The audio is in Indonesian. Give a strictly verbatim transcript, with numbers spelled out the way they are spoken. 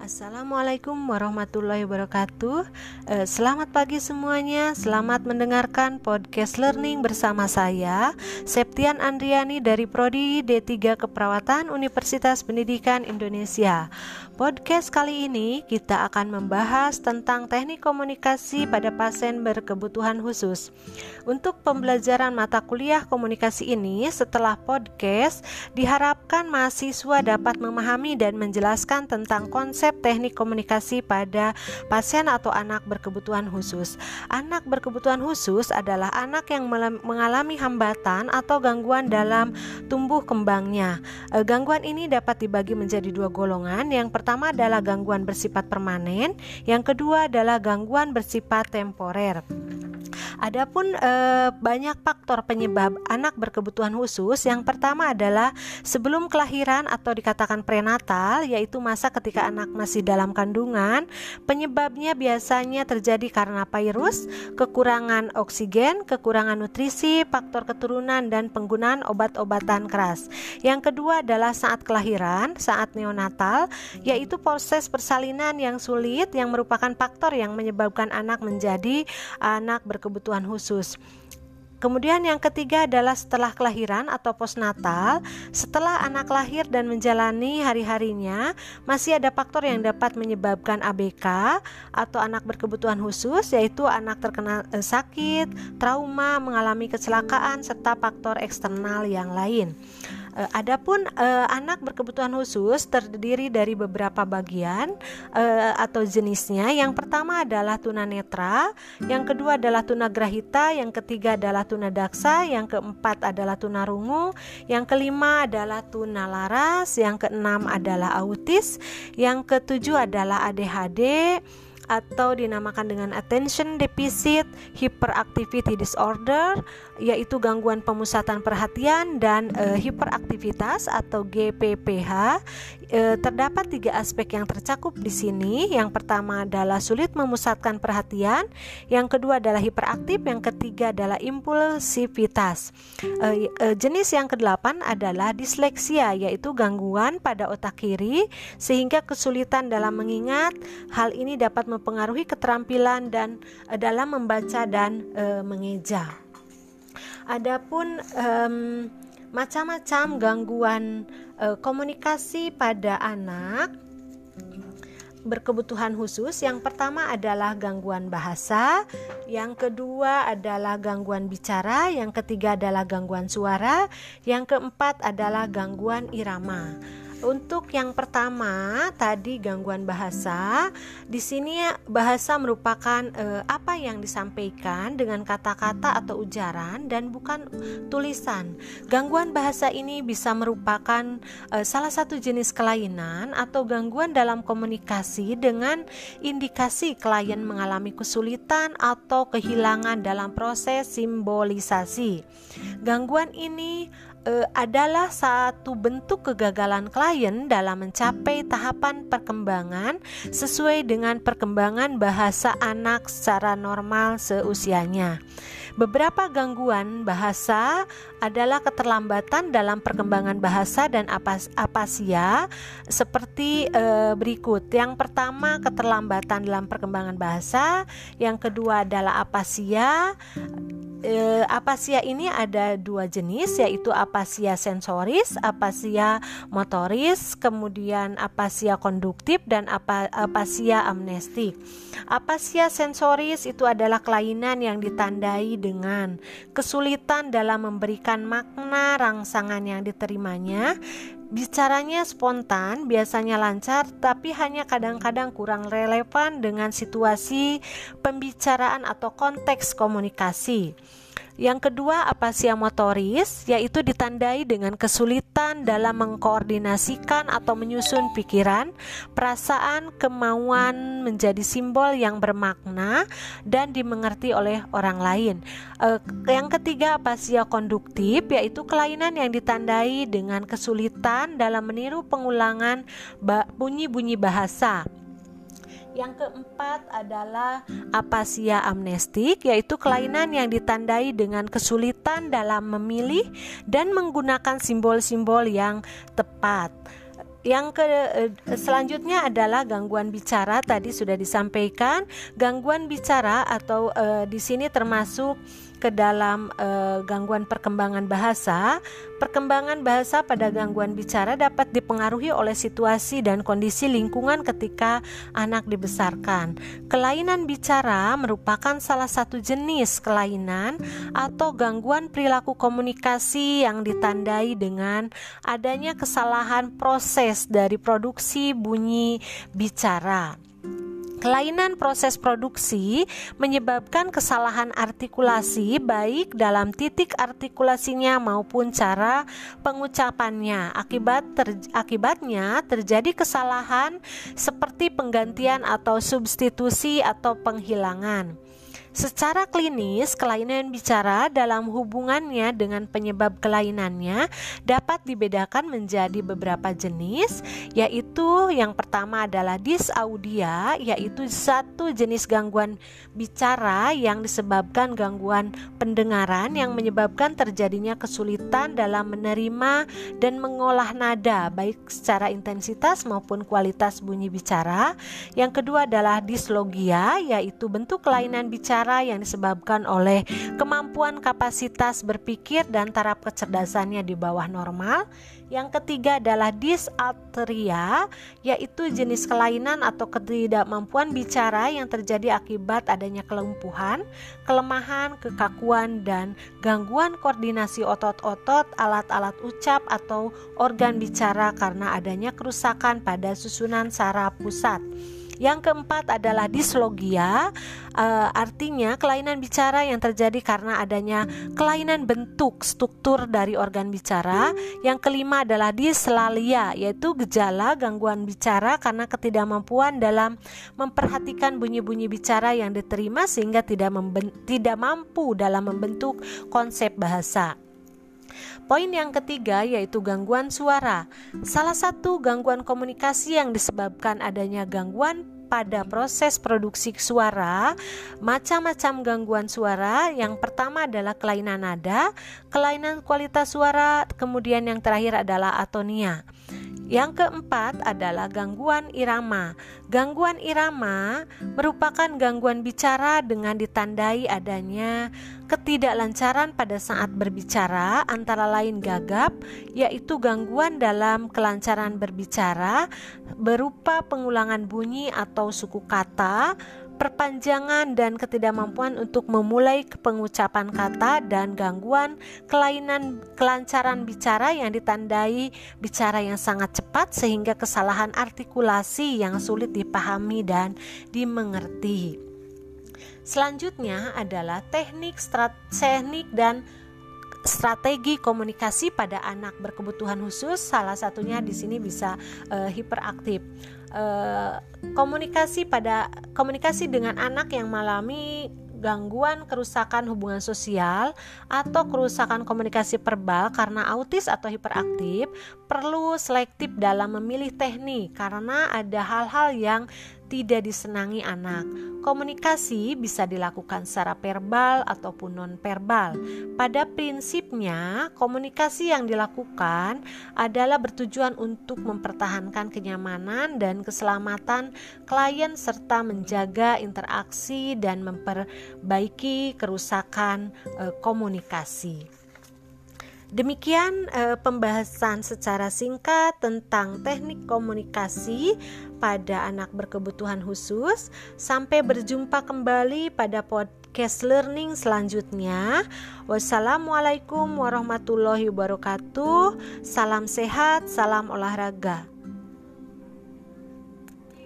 Assalamualaikum warahmatullahi wabarakatuh. Eh, Selamat pagi semuanya. Selamat mendengarkan podcast learning bersama saya Septian Andriani dari Prodi D tiga Keperawatan Universitas Pendidikan Indonesia. Podcast kali ini kita akan membahas tentang teknik komunikasi pada pasien berkebutuhan khusus. Untuk pembelajaran mata kuliah komunikasi ini setelah podcast, diharapkan mahasiswa dapat memahami dan menjelaskan tentang konsep teknik komunikasi pada pasien atau anak berkebutuhan khusus. Anak berkebutuhan khusus adalah anak yang mengalami hambatan atau gangguan dalam tumbuh kembangnya. E, gangguan ini dapat dibagi menjadi dua golongan. Yang pertama adalah gangguan bersifat permanen, yang kedua adalah gangguan bersifat temporer. Adapun e, banyak faktor penyebab anak berkebutuhan khusus. Yang pertama adalah sebelum kelahiran atau dikatakan prenatal, yaitu masa ketika anak masih dalam kandungan. Penyebabnya biasanya terjadi karena virus, kekurangan oksigen, kekurangan nutrisi, faktor keturunan, dan penggunaan obat-obatan keras. Yang kedua adalah saat kelahiran, saat neonatal, yaitu proses persalinan yang sulit yang merupakan faktor yang menyebabkan anak menjadi anak berkebutuhan khusus. Kemudian yang ketiga adalah setelah kelahiran atau postnatal. Setelah anak lahir dan menjalani hari-harinya, masih ada faktor yang dapat menyebabkan A B K atau anak berkebutuhan khusus, yaitu anak terkena eh, sakit, trauma, mengalami kecelakaan, serta faktor eksternal yang lain. Uh, adapun uh, anak berkebutuhan khusus terdiri dari beberapa bagian uh, atau jenisnya. Yang pertama adalah tunanetra, yang kedua adalah tunagrahita, yang ketiga adalah tunadaksa, yang keempat adalah tunarungu, yang kelima adalah tunalaras, yang keenam adalah autis, yang ketujuh adalah A D H D atau dinamakan dengan attention deficit hyperactivity disorder, yaitu gangguan pemusatan perhatian dan e, hiperaktivitas atau G P P H. E, terdapat tiga aspek yang tercakup di sini. Yang pertama adalah sulit memusatkan perhatian, yang kedua adalah hiperaktif, yang ketiga adalah impulsivitas. E, e, jenis yang kedelapan adalah disleksia, yaitu gangguan pada otak kiri sehingga kesulitan dalam mengingat. Hal ini dapat mempengaruhi keterampilan dan e, dalam membaca dan e, mengeja. Adapun um, macam-macam gangguan e, komunikasi pada anak berkebutuhan khusus. Yang pertama adalah gangguan bahasa, yang kedua adalah gangguan bicara, yang ketiga adalah gangguan suara, yang keempat adalah gangguan irama. Untuk yang pertama tadi gangguan bahasa, di sini bahasa merupakan eh, apa yang disampaikan dengan kata-kata atau ujaran dan bukan tulisan. Gangguan bahasa ini bisa merupakan eh, salah satu jenis kelainan atau gangguan dalam komunikasi dengan indikasi klien mengalami kesulitan atau kehilangan dalam proses simbolisasi. Gangguan ini E, adalah satu bentuk kegagalan klien dalam mencapai tahapan perkembangan sesuai dengan perkembangan bahasa anak secara normal seusianya. Beberapa gangguan bahasa adalah keterlambatan dalam perkembangan bahasa dan apas- apasia seperti e, berikut. Yang pertama, keterlambatan dalam perkembangan bahasa, yang kedua adalah apasia. E, apasia ini ada dua jenis, yaitu apasia sensoris, apasia motoris, kemudian apasia konduktif dan apa, apasia amnestik. Apasia sensoris itu adalah kelainan yang ditandai dengan kesulitan dalam memberikan makna rangsangan yang diterimanya. Bicaranya spontan, biasanya lancar, tapi hanya kadang-kadang kurang relevan dengan situasi pembicaraan atau konteks komunikasi. Yang kedua, apasia motoris, yaitu ditandai dengan kesulitan dalam mengkoordinasikan atau menyusun pikiran, perasaan, kemauan menjadi simbol yang bermakna dan dimengerti oleh orang lain. E, yang ketiga, apasia konduktif, yaitu kelainan yang ditandai dengan kesulitan dalam meniru pengulangan bunyi-bunyi bahasa. Yang keempat adalah apasia amnestik, yaitu kelainan yang ditandai dengan kesulitan dalam memilih dan menggunakan simbol-simbol yang tepat. Yang ke selanjutnya adalah gangguan bicara. Tadi sudah disampaikan, gangguan bicara atau e, di sini termasuk ke dalam e, gangguan perkembangan bahasa. Perkembangan bahasa pada gangguan bicara dapat dipengaruhi oleh situasi dan kondisi lingkungan ketika anak dibesarkan. Kelainan bicara merupakan salah satu jenis kelainan atau gangguan perilaku komunikasi yang ditandai dengan adanya kesalahan proses dari produksi bunyi bicara. Kelainan proses produksi menyebabkan kesalahan artikulasi baik dalam titik artikulasinya maupun cara pengucapannya. Akibat ter, akibatnya terjadi kesalahan seperti penggantian atau substitusi atau penghilangan. Secara klinis, kelainan bicara dalam hubungannya dengan penyebab kelainannya dapat dibedakan menjadi beberapa jenis, yaitu yang pertama adalah dysaudia, yaitu satu jenis gangguan bicara yang disebabkan gangguan pendengaran yang menyebabkan terjadinya kesulitan dalam menerima dan mengolah nada, baik secara intensitas maupun kualitas bunyi bicara. Yang kedua adalah dislogia, yaitu bentuk kelainan bicara yang disebabkan oleh kemampuan kapasitas berpikir dan taraf kecerdasannya di bawah normal. Yang ketiga adalah dysarthria, yaitu jenis kelainan atau ketidakmampuan bicara yang terjadi akibat adanya kelumpuhan, kelemahan, kekakuan, dan gangguan koordinasi otot-otot, alat-alat ucap atau organ bicara karena adanya kerusakan pada susunan saraf pusat. Yang keempat adalah dislogia, e, artinya kelainan bicara yang terjadi karena adanya kelainan bentuk struktur dari organ bicara. Yang kelima adalah dislalia, yaitu gejala gangguan bicara karena ketidakmampuan dalam memperhatikan bunyi-bunyi bicara yang diterima sehingga tidak, memben- tidak mampu dalam membentuk konsep bahasa. Poin yang ketiga yaitu gangguan suara. Salah satu gangguan komunikasi yang disebabkan adanya gangguan pada proses produksi suara, macam-macam gangguan suara. Yang pertama adalah kelainan nada, kelainan kualitas suara, kemudian yang terakhir adalah atonia. Yang keempat adalah gangguan irama. Gangguan irama merupakan gangguan bicara dengan ditandai adanya ketidaklancaran pada saat berbicara, antara lain gagap, yaitu gangguan dalam kelancaran berbicara berupa pengulangan bunyi atau suku kata, perpanjangan dan ketidakmampuan untuk memulai pengucapan kata, dan gangguan kelainan kelancaran bicara yang ditandai bicara yang sangat cepat sehingga kesalahan artikulasi yang sulit dipahami dan dimengerti. Selanjutnya adalah teknik strat- teknik dan strategi komunikasi pada anak berkebutuhan khusus. Salah satunya di sini bisa uh, hiperaktif. Uh, komunikasi pada komunikasi dengan anak yang mengalami gangguan kerusakan hubungan sosial atau kerusakan komunikasi verbal karena autis atau hiperaktif perlu selektif dalam memilih teknik karena ada hal-hal yang tidak disenangi anak. Komunikasi bisa dilakukan secara verbal ataupun non-verbal. Pada prinsipnya, komunikasi yang dilakukan adalah bertujuan untuk mempertahankan kenyamanan dan keselamatan klien serta menjaga interaksi dan memperbaiki kerusakan e, komunikasi. Demikian eh, pembahasan secara singkat tentang teknik komunikasi pada anak berkebutuhan khusus. Sampai berjumpa kembali pada podcast learning selanjutnya. Wassalamualaikum warahmatullahi wabarakatuh. Salam sehat, salam olahraga.